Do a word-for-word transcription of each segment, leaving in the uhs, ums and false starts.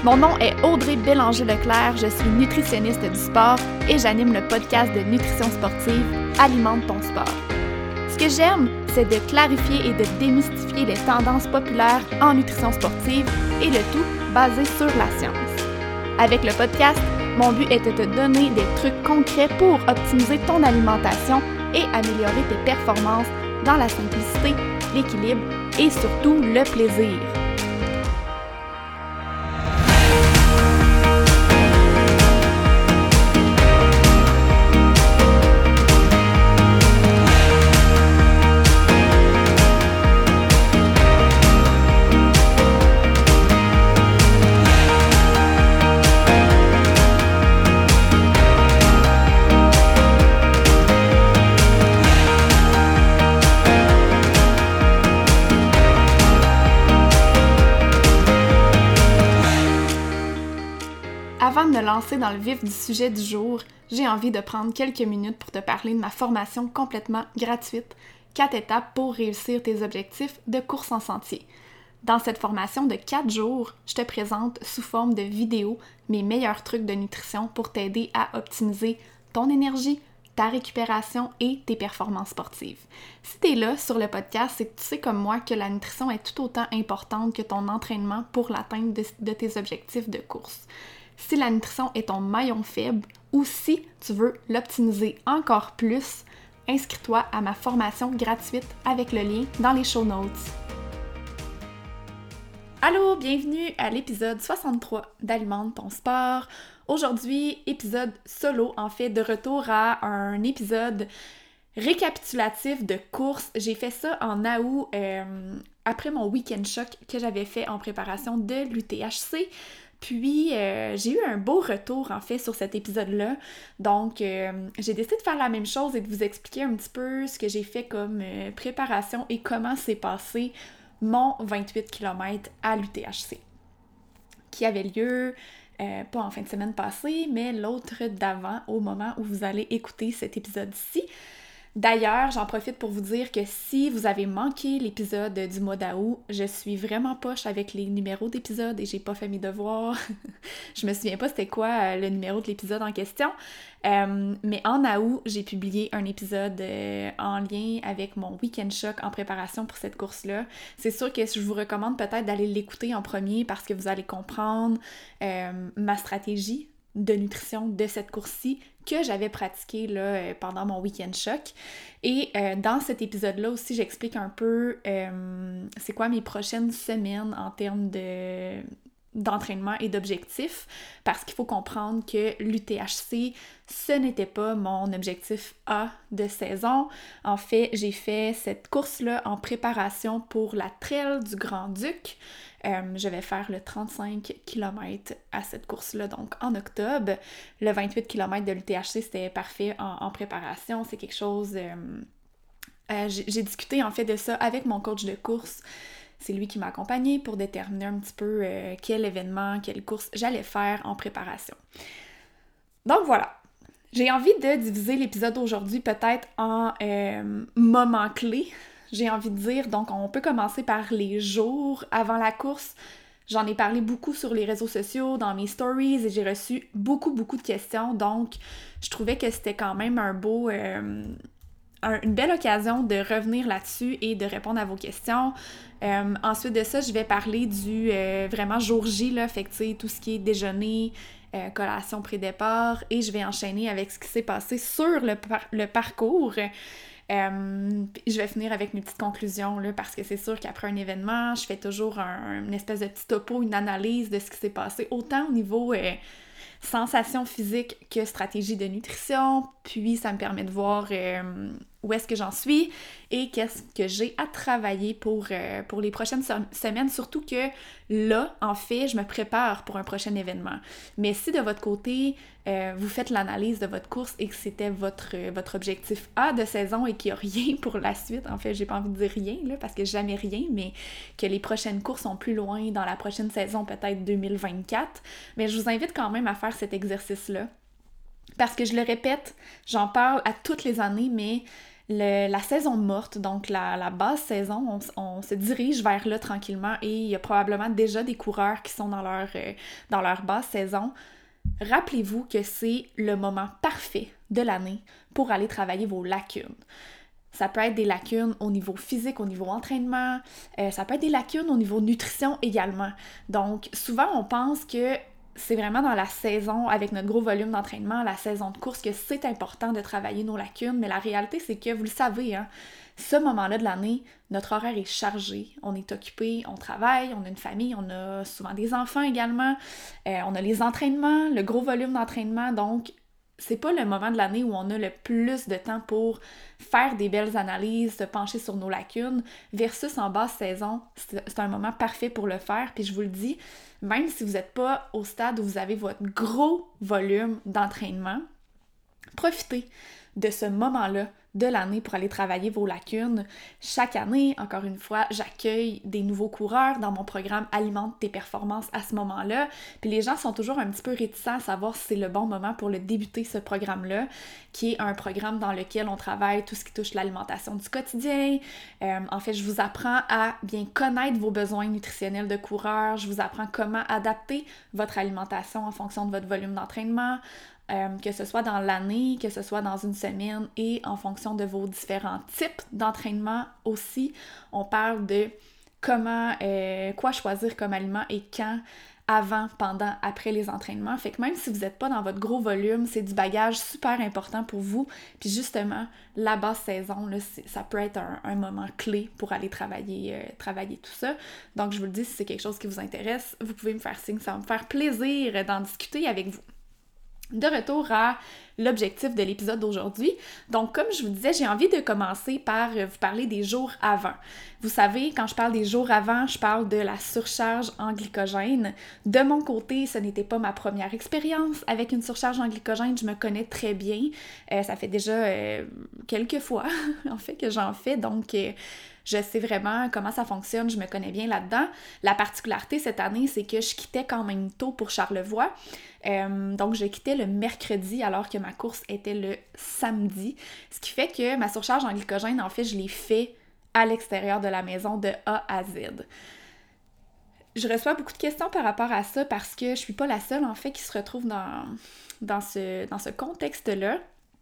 Mon nom est Audrey Bélanger-Leclerc, je suis nutritionniste du sport et j'anime le podcast de nutrition sportive Alimente ton sport. Ce que j'aime, c'est de clarifier et de démystifier les tendances populaires en nutrition sportive et le tout basé sur la science. Avec le podcast, mon but est de te donner des trucs concrets pour optimiser ton alimentation et améliorer tes performances dans la simplicité, l'équilibre et surtout le plaisir. Avant de me lancer dans le vif du sujet du jour, j'ai envie de prendre quelques minutes pour te parler de ma formation complètement gratuite, quatre étapes pour réussir tes objectifs de course en sentier. Dans cette formation de quatre jours, je te présente sous forme de vidéo mes meilleurs trucs de nutrition pour t'aider à optimiser ton énergie, ta récupération et tes performances sportives. Si tu es là sur le podcast, c'est que tu sais comme moi que la nutrition est tout autant importante que ton entraînement pour l'atteinte de, de tes objectifs de course. Si la nutrition est ton maillon faible ou si tu veux l'optimiser encore plus, inscris-toi à ma formation gratuite avec le lien dans les show notes. Allô, bienvenue à l'épisode soixante-trois d'Alimente ton sport. Aujourd'hui, épisode solo, en fait, de retour à un épisode récapitulatif de course. J'ai fait ça en août euh, après mon week-end choc que j'avais fait en préparation de l'U T H C. Puis, euh, j'ai eu un beau retour, en fait, sur cet épisode-là. Donc, euh, j'ai décidé de faire la même chose et de vous expliquer un petit peu ce que j'ai fait comme euh, préparation et comment s'est passé mon vingt-huit kilomètres à l'U T H C, qui avait lieu, euh, pas en fin de semaine passée, mais l'autre d'avant, au moment où vous allez écouter cet épisode-ci. D'ailleurs, j'en profite pour vous dire que si vous avez manqué l'épisode du mois d'août, je suis vraiment poche avec les numéros d'épisodes et j'ai pas fait mes devoirs. Je me souviens pas c'était quoi le numéro de l'épisode en question. Euh, mais en août, j'ai publié un épisode euh, en lien avec mon week-end choc en préparation pour cette course-là. C'est sûr que je vous recommande peut-être d'aller l'écouter en premier parce que vous allez comprendre euh, ma stratégie de nutrition de cette course-ci que j'avais pratiquée là, pendant mon week-end choc. Et euh, dans cet épisode-là aussi, j'explique un peu euh, c'est quoi mes prochaines semaines en termes de d'entraînement et d'objectifs, parce qu'il faut comprendre que l'U T H C, ce n'était pas mon objectif A de saison. En fait, j'ai fait cette course-là en préparation pour la Trail du Grand-Duc. Euh, je vais faire le trente-cinq kilomètres à cette course-là, donc en octobre. Le vingt-huit kilomètres de l'U T H C, c'était parfait en, en préparation. C'est quelque chose... Euh, euh, j'ai, j'ai discuté en fait de ça avec mon coach de course. C'est lui qui m'a accompagnée pour déterminer un petit peu euh, quel événement, quelle course j'allais faire en préparation. Donc voilà, j'ai envie de diviser l'épisode d'aujourd'hui peut-être en euh, moments clés. J'ai envie de dire, donc on peut commencer par les jours avant la course. J'en ai parlé beaucoup sur les réseaux sociaux, dans mes stories, et j'ai reçu beaucoup, beaucoup de questions. Donc, je trouvais que c'était quand même un beau... Euh, un, une belle occasion de revenir là-dessus et de répondre à vos questions. Euh, ensuite de ça, je vais parler du euh, vraiment jour J, là, fait que tu sais, tout ce qui est déjeuner, euh, collation pré-départ, et je vais enchaîner avec ce qui s'est passé sur le, par- le parcours. Euh, je vais finir avec mes petites conclusions, là, parce que c'est sûr qu'après un événement, je fais toujours un, une espèce de petit topo, une analyse de ce qui s'est passé, autant au niveau euh, sensation physique que stratégie de nutrition, puis ça me permet de voir euh, où est-ce que j'en suis et qu'est-ce que j'ai à travailler pour, euh, pour les prochaines semaines, surtout que là, en fait, je me prépare pour un prochain événement. Mais si de votre côté, euh, vous faites l'analyse de votre course et que c'était votre, euh, votre objectif A de saison et qu'il n'y a rien pour la suite, en fait, j'ai pas envie de dire rien, là, parce que jamais rien, mais que les prochaines courses sont plus loin dans la prochaine saison, peut-être deux mille vingt-quatre, mais je vous invite quand même à faire cet exercice-là. Parce que je le répète, j'en parle à toutes les années, mais le, la saison morte, donc la, la basse saison, on, on se dirige vers là tranquillement et il y a probablement déjà des coureurs qui sont dans leur, euh, dans leur basse saison. Rappelez-vous que c'est le moment parfait de l'année pour aller travailler vos lacunes. Ça peut être des lacunes au niveau physique, au niveau entraînement, euh, ça peut être des lacunes au niveau nutrition également. Donc souvent on pense que c'est vraiment dans la saison, avec notre gros volume d'entraînement, la saison de course, que c'est important de travailler nos lacunes, mais la réalité, c'est que, vous le savez, hein, ce moment-là de l'année, notre horaire est chargé, on est occupé, on travaille, on a une famille, on a souvent des enfants également, euh, on a les entraînements, le gros volume d'entraînement, donc c'est pas le moment de l'année où on a le plus de temps pour faire des belles analyses, se pencher sur nos lacunes, versus en basse saison, c'est un moment parfait pour le faire. Puis je vous le dis, même si vous n'êtes pas au stade où vous avez votre gros volume d'entraînement, profitez de ce moment-là de l'année pour aller travailler vos lacunes. Chaque année, encore une fois, j'accueille des nouveaux coureurs dans mon programme Alimente tes performances à ce moment-là. Puis les gens sont toujours un petit peu réticents à savoir si c'est le bon moment pour le débuter, ce programme-là, qui est un programme dans lequel on travaille tout ce qui touche l'alimentation du quotidien. Euh, en fait, je vous apprends à bien connaître vos besoins nutritionnels de coureur. Je vous apprends comment adapter votre alimentation en fonction de votre volume d'entraînement. Euh, que ce soit dans l'année, que ce soit dans une semaine et en fonction de vos différents types d'entraînement aussi. On parle de comment, euh, quoi choisir comme aliment et quand, avant, pendant, après les entraînements. Fait que même si vous n'êtes pas dans votre gros volume, c'est du bagage super important pour vous. Puis justement, la basse saison, là, ça peut être un, un moment clé pour aller travailler, euh, travailler tout ça. Donc je vous le dis, si c'est quelque chose qui vous intéresse, vous pouvez me faire signe, ça va me faire plaisir d'en discuter avec vous. De retour à l'objectif de l'épisode d'aujourd'hui. Donc, comme je vous disais, j'ai envie de commencer par vous parler des jours avant. Vous savez, quand je parle des jours avant, je parle de la surcharge en glycogène. De mon côté, ce n'était pas ma première expérience avec une surcharge en glycogène. Je me connais très bien. Euh, ça fait déjà euh, quelques fois, en fait, que j'en fais. Donc, euh, je sais vraiment comment ça fonctionne, je me connais bien là-dedans. La particularité cette année, c'est que je quittais quand même tôt pour Charlevoix. Euh, donc, je quittais le mercredi alors que ma course était le samedi. Ce qui fait que ma surcharge en glycogène, en fait, je l'ai fait à l'extérieur de la maison de A à Z. Je reçois beaucoup de questions par rapport à ça parce que je suis pas la seule, en fait, qui se retrouve dans, dans ce, dans ce contexte-là.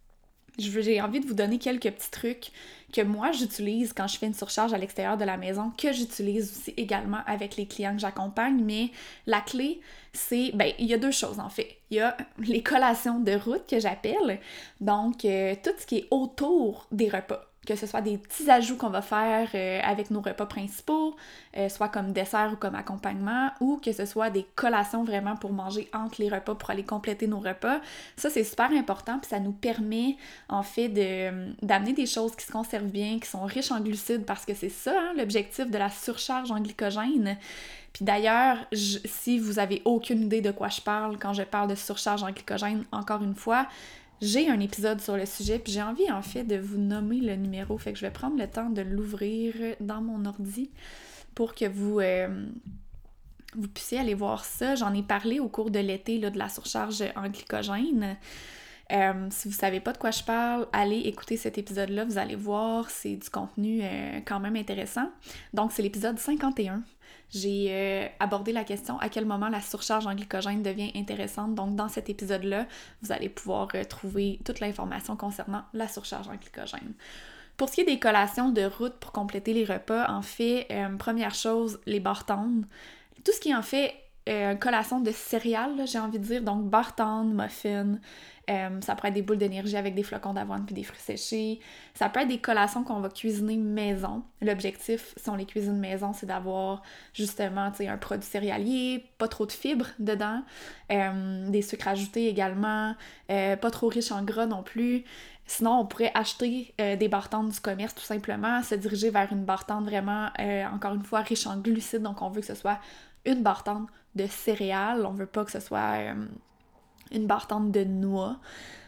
J'ai envie de vous donner quelques petits trucs que moi j'utilise quand je fais une surcharge à l'extérieur de la maison, que j'utilise aussi également avec les clients que j'accompagne, mais la clé, c'est, ben, il y a deux choses en fait. Il y a les collations de route que j'appelle, donc euh, tout ce qui est autour des repas. Que ce soit des petits ajouts qu'on va faire euh, avec nos repas principaux, euh, soit comme dessert ou comme accompagnement, ou que ce soit des collations vraiment pour manger entre les repas, pour aller compléter nos repas. Ça, c'est super important, puis ça nous permet, en fait, de, d'amener des choses qui se conservent bien, qui sont riches en glucides, parce que c'est ça, hein, l'objectif de la surcharge en glycogène. Puis d'ailleurs, je, si vous avez aucune idée de quoi je parle quand je parle de surcharge en glycogène, encore une fois, j'ai un épisode sur le sujet, puis j'ai envie en fait de vous nommer le numéro, fait que je vais prendre le temps de l'ouvrir dans mon ordi pour que vous, euh, vous puissiez aller voir ça. J'en ai parlé au cours de l'été là, de la surcharge en glycogène. Euh, si vous savez pas de quoi je parle, allez écouter cet épisode-là, vous allez voir, c'est du contenu euh, quand même intéressant. Donc c'est l'épisode cinquante et un. J'ai euh, abordé la question à quel moment la surcharge en glycogène devient intéressante. Donc, dans cet épisode-là, vous allez pouvoir euh, trouver toute l'information concernant la surcharge en glycogène. Pour ce qui est des collations de route pour compléter les repas, en fait, euh, première chose, les barres tendres. Tout ce qui est en fait euh, collation de céréales, là, j'ai envie de dire, donc barres tendres, muffins. Euh, ça peut être des boules d'énergie avec des flocons d'avoine puis des fruits séchés. Ça peut être des collations qu'on va cuisiner maison. L'objectif, si on les cuisine maison, c'est d'avoir justement un produit céréalier, pas trop de fibres dedans, euh, des sucres ajoutés également, euh, pas trop riche en gras non plus. Sinon, on pourrait acheter euh, des barres tendres du commerce tout simplement, se diriger vers une barre tendre vraiment, euh, encore une fois, riche en glucides. Donc, on veut que ce soit une barre tendre de céréales. On veut pas que ce soit... Euh, une barre tendre de noix.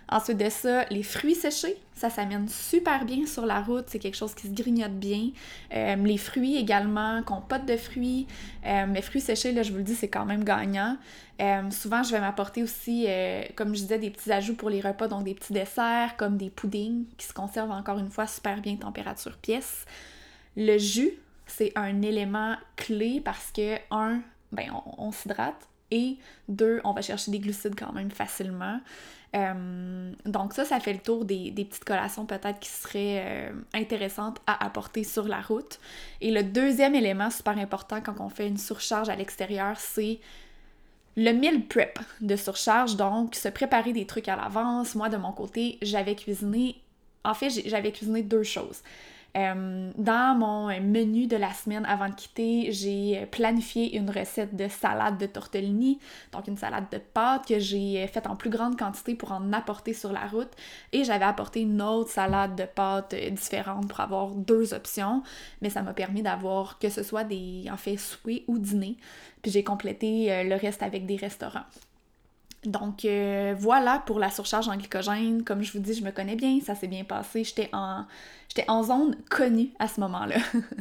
Ensuite de ça, les fruits séchés, ça s'amène super bien sur la route, c'est quelque chose qui se grignote bien. Euh, les fruits également, compote de fruits, euh, mais fruits séchés, là, je vous le dis, c'est quand même gagnant. Euh, souvent, je vais m'apporter aussi, euh, comme je disais, des petits ajouts pour les repas, donc des petits desserts, comme des puddings, qui se conservent encore une fois super bien température pièce. Le jus, c'est un élément clé parce que, un, ben, on, on s'hydrate, et deux, on va chercher des glucides quand même facilement. Euh, donc ça, ça fait le tour des, des petites collations peut-être qui seraient euh, intéressantes à apporter sur la route. Et le deuxième élément super important quand on fait une surcharge à l'extérieur, c'est le meal prep de surcharge, donc se préparer des trucs à l'avance. Moi, de mon côté, j'avais cuisiné, en fait, j'avais cuisiné deux choses. Euh, dans mon menu de la semaine avant de quitter, j'ai planifié une recette de salade de tortellini, donc une salade de pâtes que j'ai faite en plus grande quantité pour en apporter sur la route, et j'avais apporté une autre salade de pâtes différente pour avoir deux options, mais ça m'a permis d'avoir que ce soit des, en fait, souper ou dîner, puis j'ai complété le reste avec des restaurants. Donc euh, voilà pour la surcharge en glycogène. Comme je vous dis, je me connais bien, ça s'est bien passé. J'étais en, j'étais en zone connue à ce moment-là.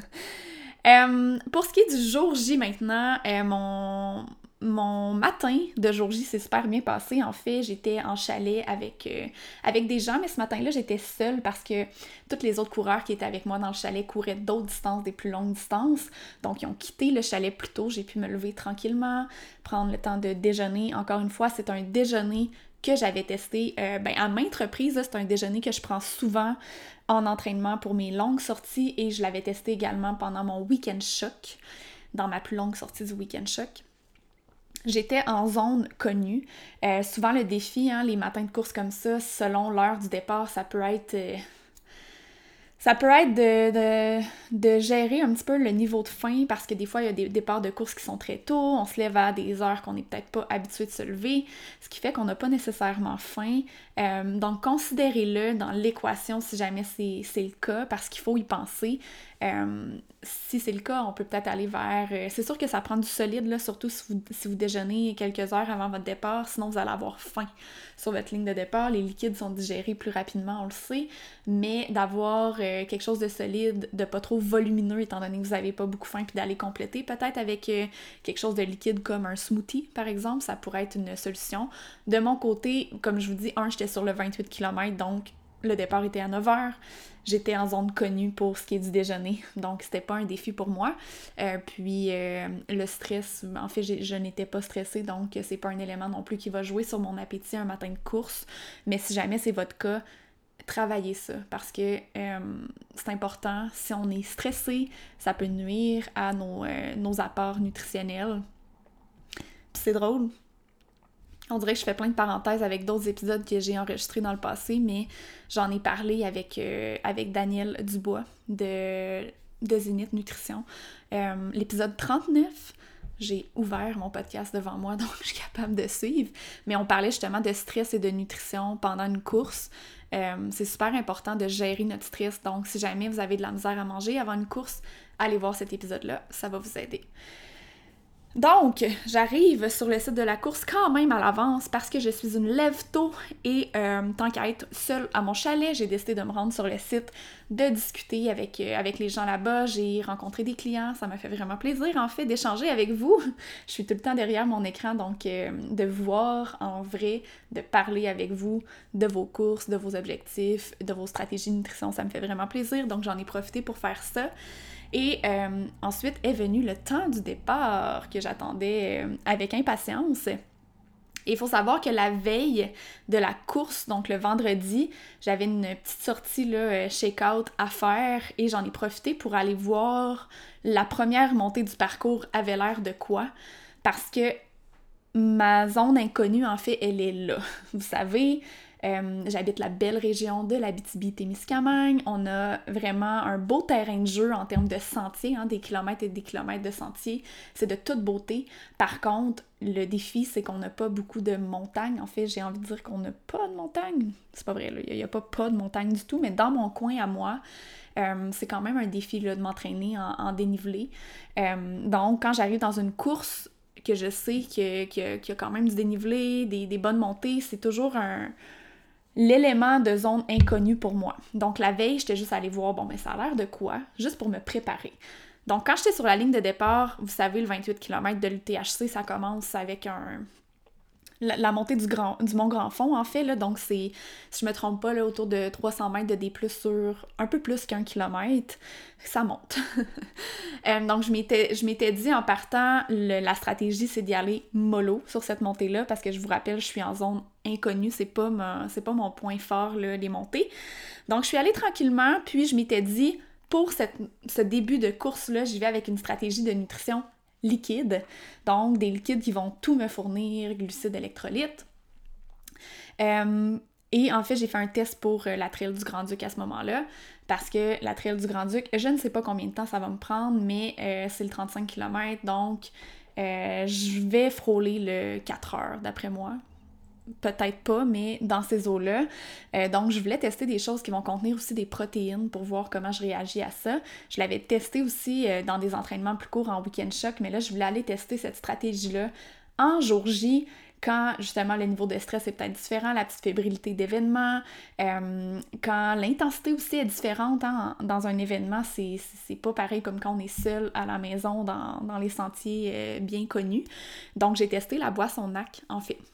euh, pour ce qui est du jour J maintenant, euh, mon, mon matin de jour J s'est super bien passé. En fait, j'étais en chalet avec, euh, avec des gens, mais ce matin-là, j'étais seule parce que tous les autres coureurs qui étaient avec moi dans le chalet couraient d'autres distances, des plus longues distances. Donc, ils ont quitté le chalet plus tôt. J'ai pu me lever tranquillement, prendre le temps de déjeuner. Encore une fois, c'est un déjeuner que j'avais testé euh, ben, à maintes reprises. C'est un déjeuner que je prends souvent en entraînement pour mes longues sorties et je l'avais testé également pendant mon week-end choc, dans ma plus longue sortie du week-end choc. J'étais en zone connue. Euh, souvent, le défi, hein, les matins de course comme ça, selon l'heure du départ, ça peut être... Euh, ça peut être de, de, de gérer un petit peu le niveau de faim parce que des fois, il y a des départs de course qui sont très tôt, on se lève à des heures qu'on n'est peut-être pas habitué de se lever, ce qui fait qu'on n'a pas nécessairement faim. Euh, donc, considérez-le dans l'équation si jamais c'est, c'est le cas parce qu'il faut y penser. Euh, si c'est le cas, on peut peut-être aller vers... Euh, c'est sûr que ça prend du solide, là, surtout si vous, si vous déjeunez quelques heures avant votre départ, sinon vous allez avoir faim sur votre ligne de départ. Les liquides sont digérés plus rapidement, on le sait, mais d'avoir euh, quelque chose de solide, de pas trop volumineux étant donné que vous n'avez pas beaucoup faim, puis d'aller compléter peut-être avec euh, quelque chose de liquide comme un smoothie, par exemple, ça pourrait être une solution. De mon côté, comme je vous dis, un, j'étais sur le vingt-huit kilomètres, donc le départ était à neuf heures. J'étais en zone connue pour ce qui est du déjeuner, donc c'était pas un défi pour moi. Euh, puis euh, le stress, en fait, je n'étais pas stressée, donc c'est pas un élément non plus qui va jouer sur mon appétit un matin de course. Mais si jamais c'est votre cas, travaillez ça, parce que euh, c'est important. Si on est stressé, ça peut nuire à nos, euh, nos apports nutritionnels. Puis c'est drôle. On dirait que je fais plein de parenthèses avec d'autres épisodes que j'ai enregistrés dans le passé, mais j'en ai parlé avec, euh, avec Daniel Dubois de, de Zénith Nutrition. Euh, l'épisode trente-neuf, j'ai ouvert mon podcast devant moi, donc je suis capable de suivre. Mais on parlait justement de stress et de nutrition pendant une course. Euh, c'est super important de gérer notre stress, donc si jamais vous avez de la misère à manger avant une course, allez voir cet épisode-là, ça va vous aider. Donc, j'arrive sur le site de la course quand même à l'avance parce que je suis une lève-tôt et euh, tant qu'à être seule à mon chalet, j'ai décidé de me rendre sur le site, de discuter avec, euh, avec les gens là-bas. J'ai rencontré des clients, ça m'a fait vraiment plaisir en fait d'échanger avec vous. Je suis tout le temps derrière mon écran, donc euh, de vous voir en vrai, de parler avec vous de vos courses, de vos objectifs, de vos stratégies de nutrition, ça me fait vraiment plaisir. Donc j'en ai profité pour faire ça. Et euh, ensuite est venu le temps du départ que j'attendais euh, avec impatience. Et il faut savoir que la veille de la course, donc le vendredi, j'avais une petite sortie là, shake-out à faire et j'en ai profité pour aller voir la première montée du parcours avait l'air de quoi. Parce que ma zone inconnue, en fait, elle est là. Vous savez... Euh, j'habite la belle région de l'Abitibi-Témiscamingue. On a vraiment un beau terrain de jeu en termes de sentiers, hein, des kilomètres et des kilomètres de sentiers. C'est de toute beauté. Par contre, le défi, c'est qu'on n'a pas beaucoup de montagnes. En fait, j'ai envie de dire qu'on n'a pas de montagnes. C'est pas vrai, là. Il n'y a, a pas, pas de montagne du tout, mais dans mon coin à moi, euh, c'est quand même un défi là, de m'entraîner en, en dénivelé. Euh, donc, quand j'arrive dans une course que je sais qu'il y a, qu'il y a, qu'il y a quand même du dénivelé, des, des bonnes montées, c'est toujours un... l'élément de zone inconnue pour moi. Donc la veille, j'étais juste allée voir, bon, mais ça a l'air de quoi? Juste pour me préparer. Donc quand j'étais sur la ligne de départ, vous savez, le vingt-huit kilomètres de l'U T H C, ça commence avec un... La, la montée du, grand, du Mont Grand Fond, en fait, là, donc c'est, si je me trompe pas, là, autour de trois cents mètres de D plus sur un peu plus qu'un kilomètre, ça monte. euh, donc je m'étais, je m'étais dit en partant, le, la stratégie c'est d'y aller mollo sur cette montée-là, parce que je vous rappelle, je suis en zone inconnue, c'est pas, mon, c'est pas mon point fort, là, les montées. Donc je suis allée tranquillement, puis je m'étais dit, pour cette, ce début de course-là, j'y vais avec une stratégie de nutrition liquides, donc des liquides qui vont tout me fournir, glucides, électrolytes. Euh, et en fait, j'ai fait un test pour euh, la Trail du Grand-Duc à ce moment-là, parce que la Trail du Grand-Duc, je ne sais pas combien de temps ça va me prendre, mais euh, c'est le trente-cinq kilomètres, donc euh, je vais frôler le quatre heures, d'après moi. Peut-être pas, mais dans ces eaux-là. Euh, donc, je voulais tester des choses qui vont contenir aussi des protéines pour voir comment je réagis à ça. Je l'avais testé aussi euh, dans des entraînements plus courts en week-end choc, mais là, je voulais aller tester cette stratégie-là en jour J, quand justement le niveau de stress est peut-être différent, la petite fébrilité d'événement, euh, quand l'intensité aussi est différente hein, dans un événement, c'est, c'est pas pareil comme quand on est seul à la maison dans, dans les sentiers euh, bien connus. Donc, j'ai testé la boisson N A C, en fait.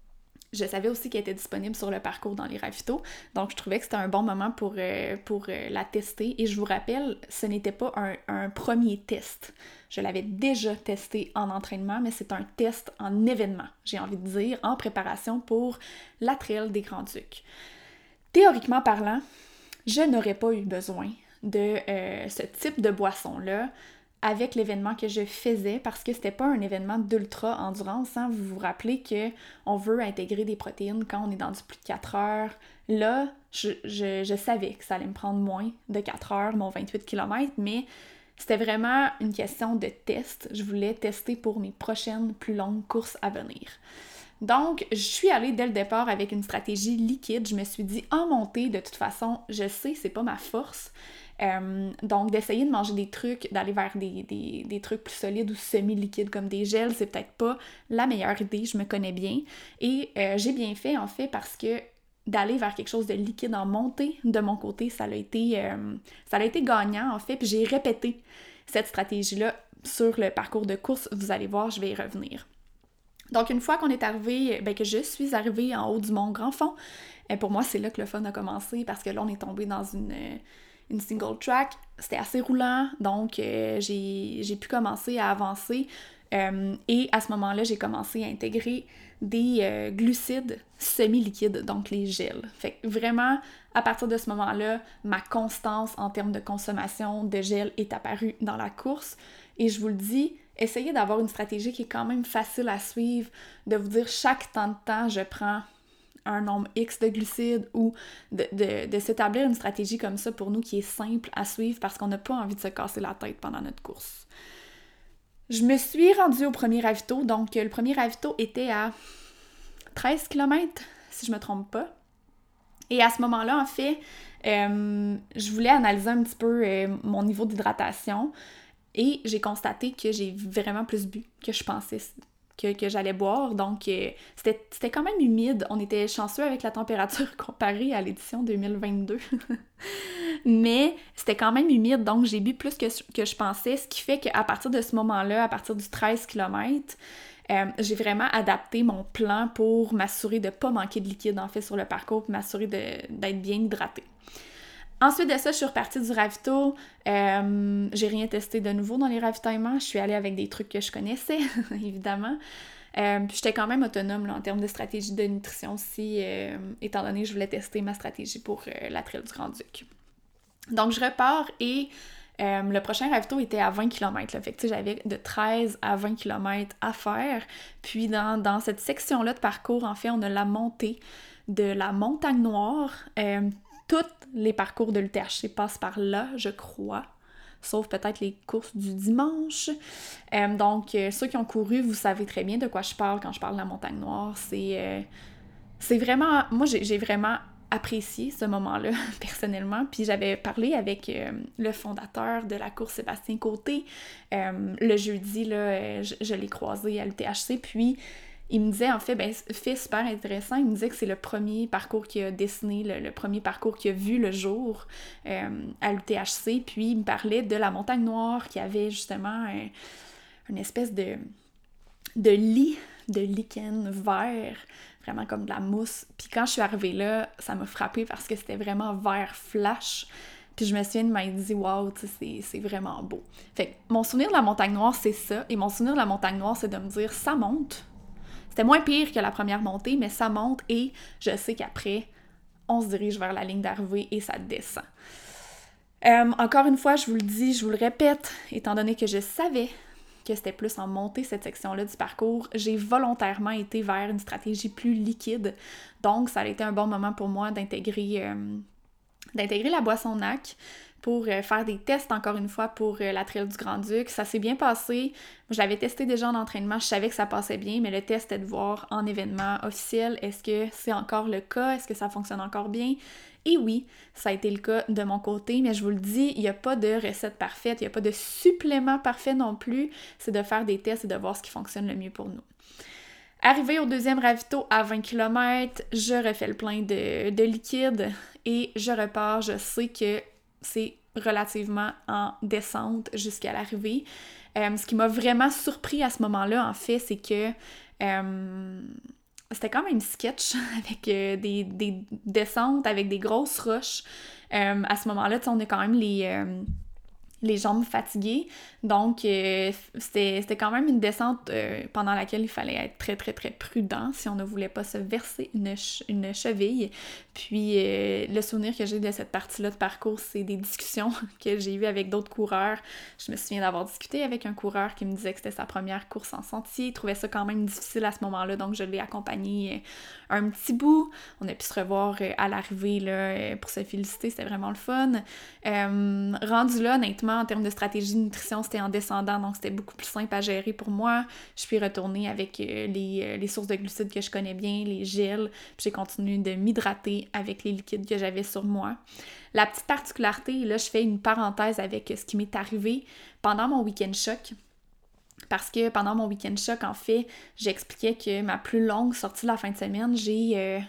Je savais aussi qu'elle était disponible sur le parcours dans les ravitaux, donc je trouvais que c'était un bon moment pour, euh, pour euh, la tester. Et je vous rappelle, ce n'était pas un, un premier test. Je l'avais déjà testé en entraînement, mais c'est un test en événement, j'ai envie de dire, en préparation pour la Trail des Grands-Ducs. Théoriquement parlant, je n'aurais pas eu besoin de euh, ce type de boisson-là avec l'événement que je faisais, parce que c'était pas un événement d'ultra-endurance, hein. Vous vous rappelez qu'on veut intégrer des protéines quand on est dans du plus de quatre heures. Là, je, je, je savais que ça allait me prendre moins de quatre heures, mon vingt-huit kilomètres, mais c'était vraiment une question de test. Je voulais tester pour mes prochaines plus longues courses à venir. Donc, je suis allée dès le départ avec une stratégie liquide. Je me suis dit, en montée, de toute façon, je sais, c'est pas ma force. Euh, donc, d'essayer de manger des trucs, d'aller vers des, des, des trucs plus solides ou semi-liquides comme des gels, c'est peut-être pas la meilleure idée, je me connais bien. Et euh, j'ai bien fait, en fait, parce que d'aller vers quelque chose de liquide en montée, de mon côté, ça a été, euh, ça a été gagnant, en fait. Puis j'ai répété cette stratégie-là sur le parcours de course. Vous allez voir, je vais y revenir. Donc, une fois qu'on est arrivé, ben, que je suis arrivée en haut du Mont Grand Fond, euh, pour moi, c'est là que le fun a commencé, parce que là, on est tombé dans une... Euh, une single track, c'était assez roulant, donc euh, j'ai, j'ai pu commencer à avancer euh, et à ce moment-là, j'ai commencé à intégrer des euh, glucides semi-liquides, donc les gels. Fait que vraiment, à partir de ce moment-là, ma constance en termes de consommation de gel est apparue dans la course et je vous le dis, essayez d'avoir une stratégie qui est quand même facile à suivre, de vous dire chaque temps de temps, je prends un nombre X de glucides ou de, de, de s'établir une stratégie comme ça pour nous qui est simple à suivre parce qu'on n'a pas envie de se casser la tête pendant notre course. Je me suis rendue au premier ravito, donc le premier ravito était à treize kilomètres, si je me trompe pas. Et à ce moment-là, en fait, euh, je voulais analyser un petit peu euh, mon niveau d'hydratation et j'ai constaté que j'ai vraiment plus bu que je pensais que, que j'allais boire. Donc, euh, c'était, c'était quand même humide. On était chanceux avec la température comparée à l'édition deux mille vingt-deux. Mais c'était quand même humide, donc j'ai bu plus que, que je pensais, ce qui fait qu'à partir de ce moment-là, à partir du treize kilomètres, euh, j'ai vraiment adapté mon plan pour m'assurer de ne pas manquer de liquide, en fait, sur le parcours, pour m'assurer de, d'être bien hydratée. Ensuite de ça, je suis repartie du ravito. Euh, j'ai rien testé de nouveau dans les ravitaillements. Je suis allée avec des trucs que je connaissais, évidemment. Euh, puis j'étais quand même autonome là, en termes de stratégie de nutrition aussi, euh, étant donné que je voulais tester ma stratégie pour euh, la Trail du Grand-Duc. Donc je repars et euh, le prochain ravito était à vingt kilomètres. Là. Fait que j'avais de treize à vingt kilomètres à faire. Puis dans, dans cette section-là de parcours, en fait, on a la montée de la Montagne Noire. Euh, Tous les parcours de l'U T H C passent par là, je crois, sauf peut-être les courses du dimanche. Euh, donc, euh, ceux qui ont couru, vous savez très bien de quoi je parle quand je parle de la Montagne Noire. C'est, euh, c'est vraiment... Moi, j'ai, j'ai vraiment apprécié ce moment-là, personnellement. Puis j'avais parlé avec euh, le fondateur de la course, Sébastien Côté. Euh, le jeudi, là, je, je l'ai croisé à l'U T H C, puis... il me disait en fait, ben, fait super intéressant, il me disait que c'est le premier parcours qu'il a dessiné, le, le premier parcours qu'il a vu le jour euh, à l'U T H C, puis il me parlait de la Montagne Noire qui avait justement un, une espèce de, de lit, de lichen vert, vraiment comme de la mousse. Puis quand je suis arrivée là, ça m'a frappée parce que c'était vraiment vert flash. Puis je me souviens de m'être dit, waouh, tu sais, c'est, c'est vraiment beau. Fait que mon souvenir de la Montagne Noire, c'est ça. Et mon souvenir de la Montagne Noire, c'est de me dire, ça monte. C'était moins pire que la première montée, mais ça monte et je sais qu'après, on se dirige vers la ligne d'arrivée et ça descend. Euh, encore une fois, je vous le dis, je vous le répète, étant donné que je savais que c'était plus en montée cette section-là du parcours, j'ai volontairement été vers une stratégie plus liquide. Donc, ça a été un bon moment pour moi d'intégrer... Euh, d'intégrer la boisson N A C pour euh, faire des tests encore une fois pour euh, la Trail du Grand-Duc. Ça s'est bien passé. Je l'avais testé déjà en entraînement, je savais que ça passait bien, mais le test était de voir en événement officiel, est-ce que c'est encore le cas? Est-ce que ça fonctionne encore bien? Et oui, ça a été le cas de mon côté, mais je vous le dis, il n'y a pas de recette parfaite, il n'y a pas de supplément parfait non plus. C'est de faire des tests et de voir ce qui fonctionne le mieux pour nous. Arrivé au deuxième ravito à vingt kilomètres, je refais le plein de, de liquide et je repars. Je sais que c'est relativement en descente jusqu'à l'arrivée. Euh, ce qui m'a vraiment surpris à ce moment-là, en fait, c'est que euh, c'était quand même sketch avec euh, des, des descentes, avec des grosses roches. Euh, à ce moment-là, on a quand même les... Euh, les jambes fatiguées, donc euh, c'était, c'était quand même une descente euh, pendant laquelle il fallait être très très très prudent si on ne voulait pas se verser une, ch- une cheville. Puis euh, le souvenir que j'ai de cette partie-là de parcours, c'est des discussions que j'ai eues avec d'autres coureurs. Je me souviens d'avoir discuté avec un coureur qui me disait que c'était sa première course en sentier, il trouvait ça quand même difficile à ce moment-là, donc je l'ai accompagné euh, un petit bout. On a pu se revoir euh, à l'arrivée là, euh, pour se féliciter, c'était vraiment le fun. Euh, rendu là, honnêtement, en termes de stratégie de nutrition, c'était en descendant, donc c'était beaucoup plus simple à gérer pour moi. Je suis retournée avec euh, les, euh, les sources de glucides que je connais bien, les gels, puis j'ai continué de m'hydrater avec les liquides que j'avais sur moi. La petite particularité, là, je fais une parenthèse avec ce qui m'est arrivé pendant mon week-end choc. Parce que pendant mon week-end choc, en fait, j'expliquais que ma plus longue sortie de la fin de semaine, j'ai... Euh,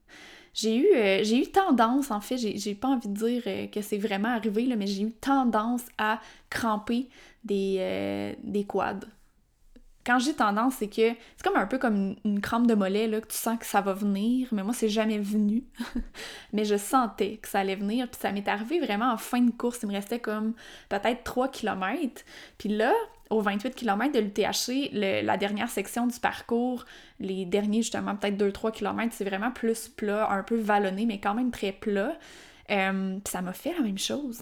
J'ai eu, euh, j'ai eu tendance, en fait, j'ai, j'ai pas envie de dire euh, que c'est vraiment arrivé, là, mais j'ai eu tendance à cramper des, euh, des quads. Quand j'ai tendance, c'est que c'est comme un peu comme une, une crampe de mollet, là, que tu sens que ça va venir, mais moi, c'est jamais venu. Mais je sentais que ça allait venir, puis ça m'est arrivé vraiment en fin de course. Il me restait comme peut-être trois kilomètres. Puis là, au vingt-huit kilomètres de l'U T H C, le, la dernière section du parcours, les derniers justement peut-être deux à trois kilomètres, c'est vraiment plus plat, un peu vallonné, mais quand même très plat. Euh, puis ça m'a fait la même chose.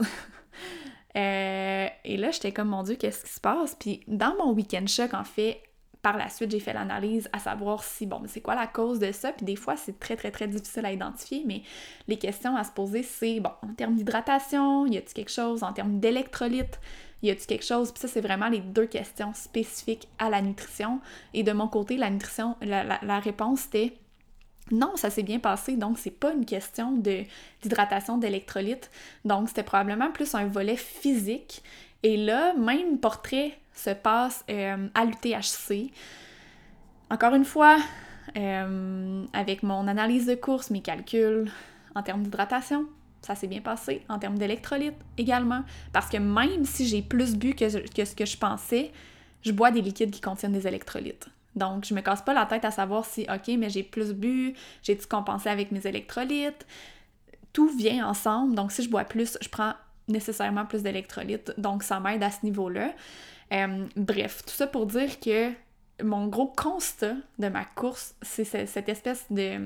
euh, et là, j'étais comme, mon Dieu, qu'est-ce qui se passe? Puis dans mon week-end choc, en fait, par la suite, j'ai fait l'analyse à savoir si, bon, c'est quoi la cause de ça? Puis des fois, c'est très, très, très difficile à identifier, mais les questions à se poser, c'est, bon, en termes d'hydratation, y a-t-il quelque chose? En termes d'électrolytes, y a-t-il quelque chose? Puis ça, c'est vraiment les deux questions spécifiques à la nutrition. Et de mon côté, la nutrition, la, la, la réponse, c'était non, ça s'est bien passé. Donc, c'est pas une question de, d'hydratation, d'électrolytes. Donc, c'était probablement plus un volet physique. Et là, même portrait se passe euh, à l'U T H C. Encore une fois, euh, avec mon analyse de course, mes calculs en termes d'hydratation, ça s'est bien passé. En termes d'électrolytes également. Parce que même si j'ai plus bu que, que ce que je pensais, je bois des liquides qui contiennent des électrolytes. Donc, je me casse pas la tête à savoir si, OK, mais j'ai plus bu, j'ai-tu compensé avec mes électrolytes? Tout vient ensemble. Donc, si je bois plus, je prends nécessairement plus d'électrolytes. Donc, ça m'aide à ce niveau-là. Euh, bref, tout ça pour dire que mon gros constat de ma course, c'est cette espèce de...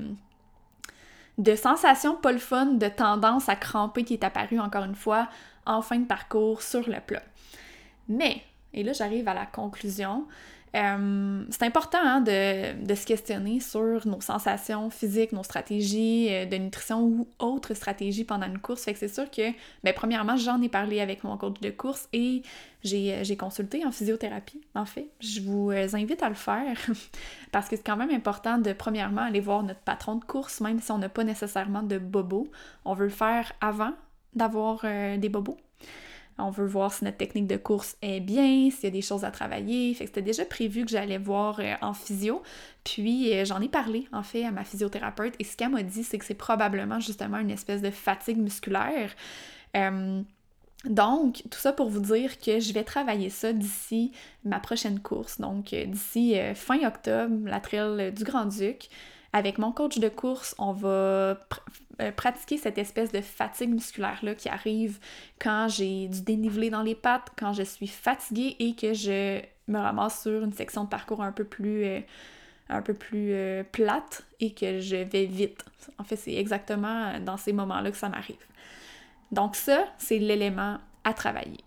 de sensation pas le fun, de tendance à cramper qui est apparue encore une fois en fin de parcours sur le plat. Mais, et là j'arrive à la conclusion, euh, c'est important hein, de, de se questionner sur nos sensations physiques, nos stratégies euh, de nutrition ou autres stratégies pendant une course. Fait que c'est sûr que, ben, premièrement, j'en ai parlé avec mon coach de course et j'ai, j'ai consulté en physiothérapie, en fait. Je vous invite à le faire parce que c'est quand même important de, premièrement, aller voir notre patron de course, même si on n'a pas nécessairement de bobos. On veut le faire avant d'avoir euh, des bobos. On veut voir si notre technique de course est bien, s'il y a des choses à travailler. Fait que c'était déjà prévu que j'allais voir euh, en physio. Puis euh, j'en ai parlé, en fait, à ma physiothérapeute. Et ce qu'elle m'a dit, c'est que c'est probablement justement une espèce de fatigue musculaire. Euh, donc, tout ça pour vous dire que je vais travailler ça d'ici ma prochaine course. Donc, euh, d'ici euh, fin octobre, la trail du Grand-Duc. Avec mon coach de course, on va pr- euh, pratiquer cette espèce de fatigue musculaire-là qui arrive quand j'ai du dénivelé dans les pattes, quand je suis fatiguée et que je me ramasse sur une section de parcours un peu plus, euh, un peu plus euh, plate et que je vais vite. En fait, c'est exactement dans ces moments-là que ça m'arrive. Donc ça, c'est l'élément à travailler.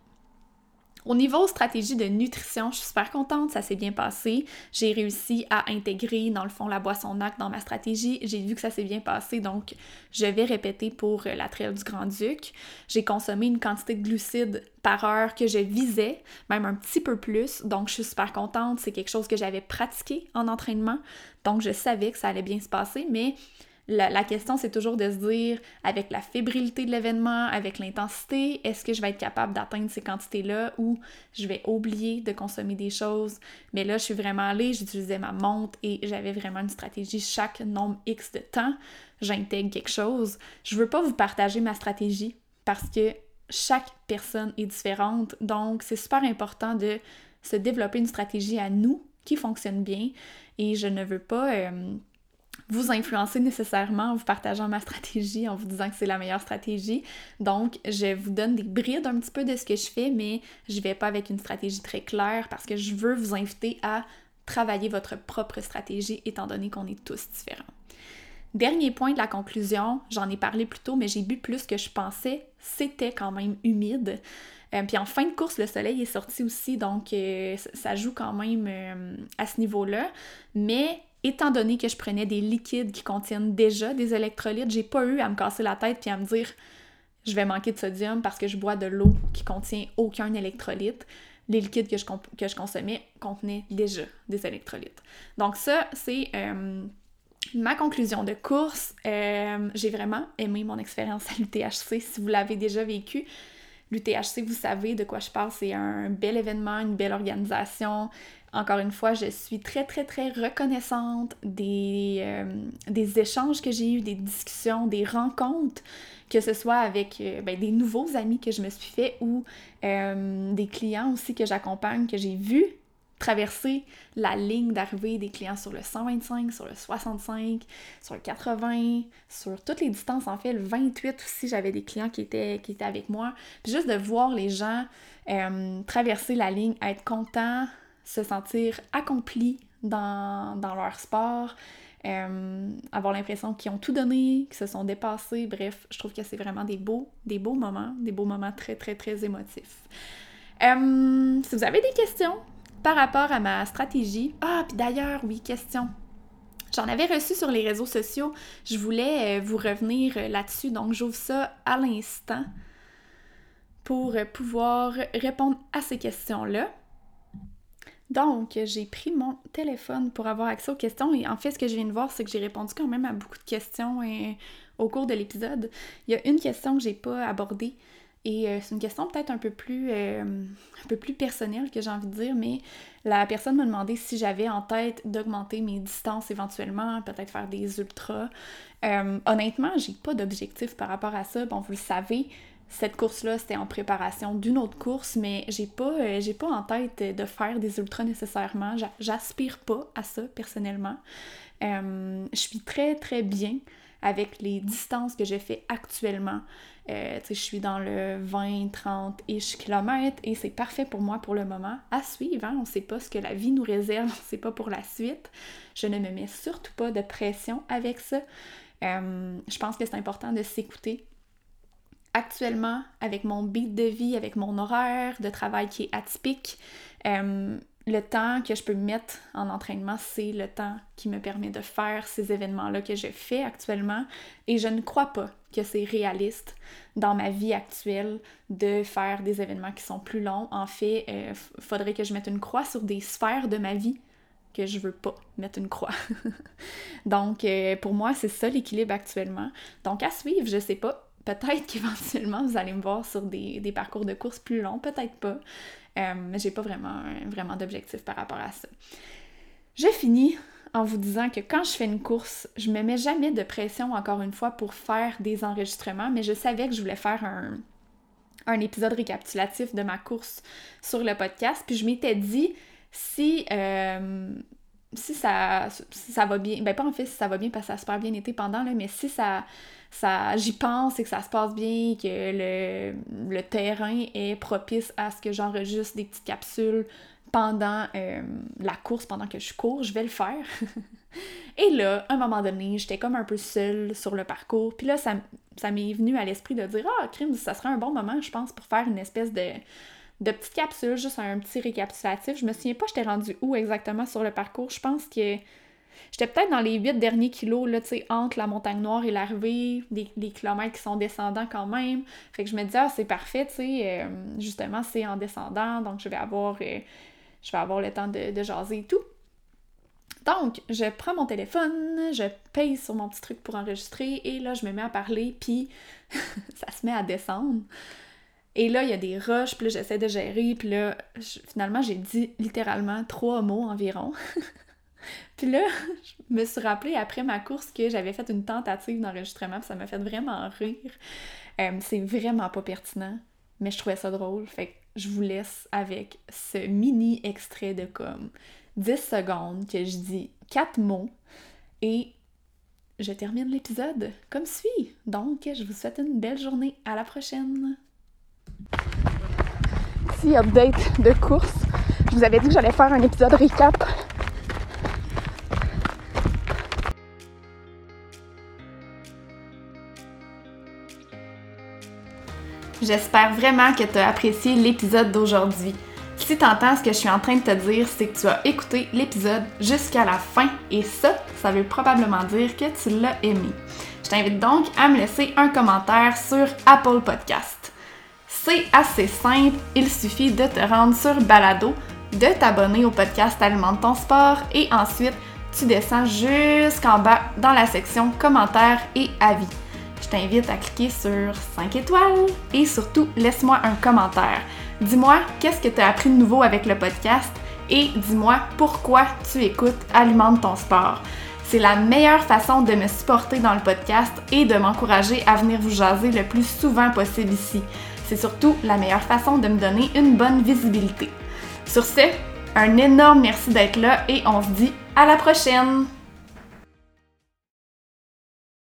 Au niveau stratégie de nutrition, je suis super contente, ça s'est bien passé. J'ai réussi à intégrer, dans le fond, la boisson N A C dans ma stratégie. J'ai vu que ça s'est bien passé, donc je vais répéter pour la trail du Grand-Duc. J'ai consommé une quantité de glucides par heure que je visais, même un petit peu plus, donc je suis super contente. C'est quelque chose que j'avais pratiqué en entraînement, donc je savais que ça allait bien se passer, mais La, la question, c'est toujours de se dire, avec la fébrilité de l'événement, avec l'intensité, est-ce que je vais être capable d'atteindre ces quantités-là ou je vais oublier de consommer des choses? Mais là, je suis vraiment allée, j'utilisais ma montre et j'avais vraiment une stratégie. Chaque nombre X de temps, j'intègre quelque chose. Je veux pas vous partager ma stratégie parce que chaque personne est différente. Donc, c'est super important de se développer une stratégie à nous qui fonctionne bien et je ne veux pas... Euh, vous influencer nécessairement en vous partageant ma stratégie, en vous disant que c'est la meilleure stratégie. Donc, je vous donne des brides un petit peu de ce que je fais, mais je vais pas avec une stratégie très claire parce que je veux vous inviter à travailler votre propre stratégie étant donné qu'on est tous différents. Dernier point de la conclusion, j'en ai parlé plus tôt, mais j'ai bu plus que je pensais. C'était quand même humide. Euh, puis en fin de course, le soleil est sorti aussi, donc euh, ça joue quand même euh, à ce niveau-là. Mais étant donné que je prenais des liquides qui contiennent déjà des électrolytes, j'ai pas eu à me casser la tête puis à me dire je vais manquer de sodium parce que je bois de l'eau qui contient aucun électrolyte. Les liquides que je, comp- que je consommais contenaient déjà des électrolytes. Donc ça, c'est euh, ma conclusion de course. Euh, j'ai vraiment aimé mon expérience à l'U T H C. Si vous l'avez déjà vécu, l'U T H C, vous savez de quoi je parle, c'est un bel événement, une belle organisation. Encore une fois, je suis très, très, très reconnaissante des, euh, des échanges que j'ai eus, des discussions, des rencontres, que ce soit avec euh, ben, des nouveaux amis que je me suis fait ou euh, des clients aussi que j'accompagne, que j'ai vus traverser la ligne d'arrivée, des clients sur le cent vingt-cinq, sur le soixante-cinq, sur le quatre-vingts, sur toutes les distances. En fait, le vingt-huit aussi, j'avais des clients qui étaient, qui étaient avec moi. Puis juste de voir les gens euh, traverser la ligne, être contents, se sentir accomplis dans, dans leur sport, euh, avoir l'impression qu'ils ont tout donné, qu'ils se sont dépassés. Bref, je trouve que c'est vraiment des beaux, des beaux moments, des beaux moments très, très, très émotifs. Euh, si vous avez des questions par rapport à ma stratégie... Ah, puis d'ailleurs, oui, question. J'en avais reçu sur les réseaux sociaux. Je voulais euh, vous revenir là-dessus, donc j'ouvre ça à l'instant pour pouvoir répondre à ces questions-là. Donc, j'ai pris mon téléphone pour avoir accès aux questions et en fait, ce que je viens de voir, c'est que j'ai répondu quand même à beaucoup de questions euh, au cours de l'épisode. Il y a une question que j'ai pas abordée et euh, c'est une question peut-être un peu plus euh, un peu plus personnelle que j'ai envie de dire, mais la personne m'a demandé si j'avais en tête d'augmenter mes distances éventuellement, peut-être faire des ultras. Euh, honnêtement, j'ai pas d'objectif par rapport à ça. Bon, vous le savez, cette course-là, c'était en préparation d'une autre course, mais j'ai pas, euh, j'ai pas en tête de faire des ultras nécessairement. J'a- j'aspire pas à ça, personnellement. Euh, je suis très, très bien avec les distances que je fais actuellement. Euh, tu sais, je suis dans le vingt trente-ish kilomètres et c'est parfait pour moi pour le moment. À suivre, hein? On sait pas ce que la vie nous réserve, on sait pas pour la suite. Je ne me mets surtout pas de pression avec ça. Euh, je pense que c'est important de s'écouter. Actuellement, avec mon beat de vie, avec mon horaire de travail qui est atypique, euh, le temps que je peux mettre en entraînement, c'est le temps qui me permet de faire ces événements-là que je fais actuellement. Et je ne crois pas que c'est réaliste dans ma vie actuelle de faire des événements qui sont plus longs. En fait, il euh, faudrait que je mette une croix sur des sphères de ma vie que je veux pas mettre une croix. Donc, euh, pour moi, c'est ça l'équilibre actuellement. Donc, à suivre, je sais pas. peut-être qu'éventuellement, vous allez me voir sur des, des parcours de course plus longs, peut-être pas. Euh, mais j'ai pas vraiment, vraiment d'objectif par rapport à ça. Je finis en vous disant que quand je fais une course, je me mets jamais de pression, encore une fois, pour faire des enregistrements, mais je savais que je voulais faire un, un épisode récapitulatif de ma course sur le podcast, puis je m'étais dit, si... Euh, si ça, si ça va bien, ben pas en fait si ça va bien parce que ça a super bien été pendant, là, mais si ça, ça j'y pense et que ça se passe bien, que le, le terrain est propice à ce que j'enregistre des petites capsules pendant euh, la course, pendant que je cours, je vais le faire. Et là, à un moment donné, j'étais comme un peu seule sur le parcours, puis là, ça, ça m'est venu à l'esprit de dire « Ah, crime, ça serait un bon moment, je pense, pour faire une espèce de... » de petites capsules, juste un petit récapitulatif. Je me souviens pas j'étais rendue où exactement sur le parcours. Je pense que j'étais peut-être dans les huit derniers kilos, là, tu sais, entre la montagne noire et l'arrivée, des, les kilomètres qui sont descendants quand même. Fait que je me disais, ah, c'est parfait, tu sais, euh, justement, c'est en descendant, donc je vais avoir, euh, je vais avoir le temps de, de jaser et tout. Donc, je prends mon téléphone, je paye sur mon petit truc pour enregistrer, et là, je me mets à parler, puis ça se met à descendre. Et là, il y a des rushs, puis là, j'essaie de gérer, puis là, je, finalement, j'ai dit littéralement trois mots environ. Puis là, je me suis rappelé après ma course que j'avais fait une tentative d'enregistrement, puis ça m'a fait vraiment rire. Euh, c'est vraiment pas pertinent, mais je trouvais ça drôle, fait que je vous laisse avec ce mini extrait de comme dix secondes que je dis quatre mots, et je termine l'épisode comme suit. Donc, je vous souhaite une belle journée. À la prochaine! Petit update de course. Je vous avais dit que j'allais faire un épisode récap. J'espère vraiment que tu as apprécié l'épisode d'aujourd'hui. Si tu entends ce que je suis en train de te dire, c'est que tu as écouté l'épisode jusqu'à la fin et ça, ça veut probablement dire que tu l'as aimé. Je t'invite donc à me laisser un commentaire sur Apple Podcast. C'est assez simple, il suffit de te rendre sur Balado, de t'abonner au podcast Alimente ton sport et ensuite tu descends jusqu'en bas dans la section commentaires et avis. Je t'invite à cliquer sur cinq étoiles et surtout laisse-moi un commentaire. Dis-moi qu'est-ce que tu as appris de nouveau avec le podcast et dis-moi pourquoi tu écoutes Alimente ton sport. C'est la meilleure façon de me supporter dans le podcast et de m'encourager à venir vous jaser le plus souvent possible ici. C'est surtout la meilleure façon de me donner une bonne visibilité. Sur ce, un énorme merci d'être là et on se dit à la prochaine!